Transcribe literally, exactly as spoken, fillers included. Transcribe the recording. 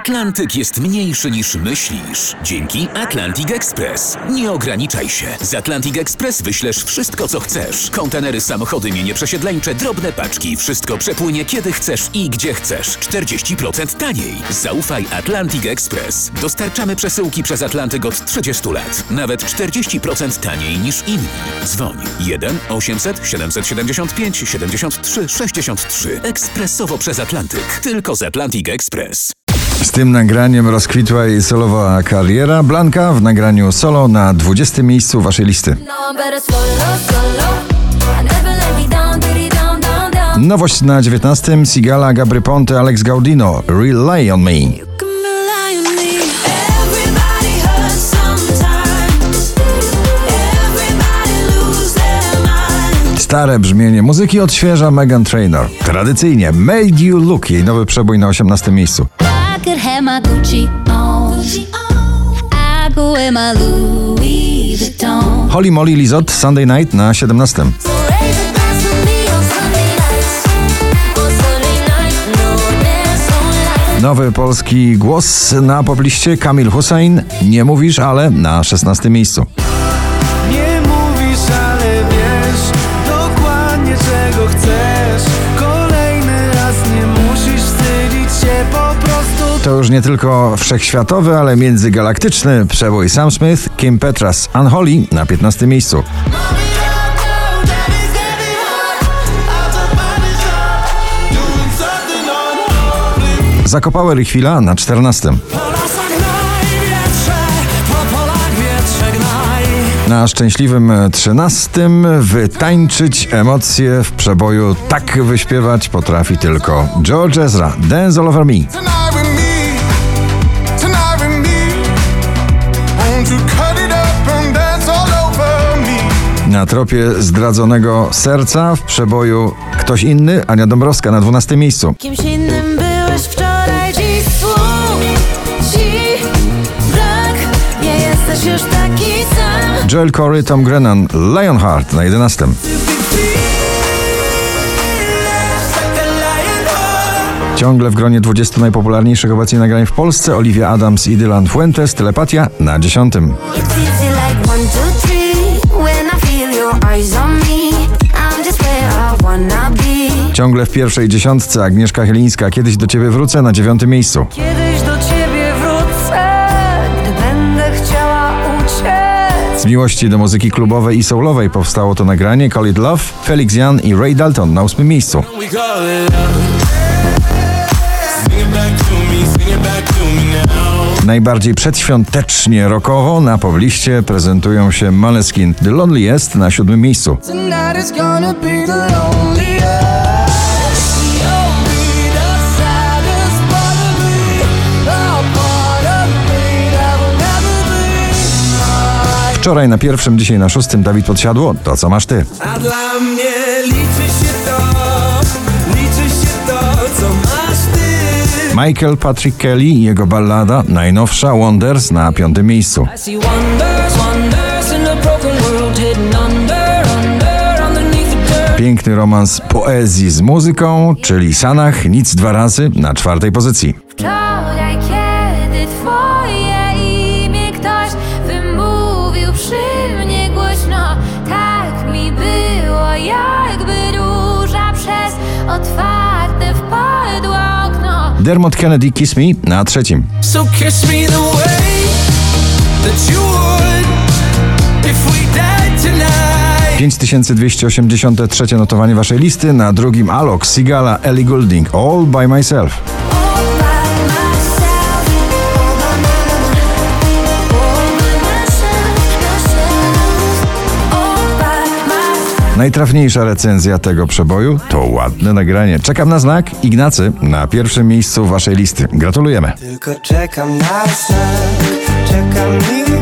Atlantyk jest mniejszy niż myślisz. Dzięki Atlantic Express. Nie ograniczaj się. Z Atlantic Express wyślesz wszystko, co chcesz. Kontenery, samochody, mienie przesiedleńcze, drobne paczki. Wszystko przepłynie kiedy chcesz i gdzie chcesz. czterdzieści procent taniej. Zaufaj Atlantic Express. Dostarczamy przesyłki przez Atlantyk od trzydziestu lat. Nawet czterdzieści procent taniej niż inni. Dzwoń jeden osiemset siedemset siedemdziesiąt pięć siedemdziesiąt trzy sześćdziesiąt trzy. Ekspresowo przez Atlantyk. Tylko z Atlantic Express. Z tym nagraniem rozkwitła jej solowa kariera. Blanka w nagraniu solo na dwudziestym miejscu waszej listy. Nowość na dziewiętnastym. Sigala, Gabry Ponte, Alex Gaudino. Rely on Me. Stare brzmienie muzyki odświeża Meghan Trainor. Tradycyjnie Made You Look, jej nowy przebój na osiemnastym miejscu. Holly Molly Lizot, Sunday Night na siedemnastym. Nowy polski głos na popliście. Kamil Hussein, Nie mówisz, ale na szesnastym miejscu. Nie mówisz, ale wiesz dokładnie czego chcesz. Kolejny raz nie musisz wstydzić się po prostu. To już nie tylko wszechświatowy, ale międzygalaktyczny przebój. Sam Smith, Kim Petras, Unholy na piętnastym miejscu. Zakopały Chwila na czternastym. Na szczęśliwym trzynastym wytańczyć emocje w przeboju Tak wyśpiewać potrafi tylko George Ezra, Dance All Over Me. Na tropie zdradzonego serca w przeboju Ktoś inny, Ania Dąbrowska na dwunastym miejscu. Kimś innym byłeś wczoraj, dziś słów ci brak, nie jesteś już taki sam. Joel Corey, Tom Grennan, Lionheart na jedenastym. Ciągle w gronie dwudziestu najpopularniejszych obecnie nagrań w Polsce Olivia Adams i Dylan Fuentes, Telepatia na dziesiątym. Ciągle w pierwszej dziesiątce Agnieszka Chylińska, Kiedyś do ciebie wrócę na dziewiątym miejscu. Kiedyś do ciebie wrócę, gdy będę chciała uciec. Z miłości do muzyki klubowej i soulowej powstało to nagranie Call It Love, Felix Jan i Ray Dalton na ósmym miejscu. Najbardziej przedświątecznie rockowo na pobliście prezentują się Måneskin, The Loneliest na siódmym miejscu. Wczoraj na pierwszym, dzisiaj na szóstym Dawid Podsiadło, To co masz ty. A dla mnie liczy się to, liczy się to, co masz ty. Michael Patrick Kelly i jego ballada najnowsza Wonders na piątym miejscu. Piękny romans poezji z muzyką, czyli Sanach, Nic dwa razy na czwartej pozycji. Wczoraj, kiedy twoje imię ktoś wymówił przy mnie głośno, tak mi było, jakby róża przez otwarte wpadło okno. Dermot Kennedy, Kiss Me na trzecim. So kiss me the way that you would if we died tonight. pięć tysięcy dwieście osiemdziesiąte trzecie notowanie waszej listy, na drugim Alok, Sigala, Ellie Goulding, All by Myself. Najtrafniejsza recenzja tego przeboju to ładne nagranie. Czekam na znak. Ignacy na pierwszym miejscu waszej listy. Gratulujemy. Tylko czekam na znak, czekam nigdy.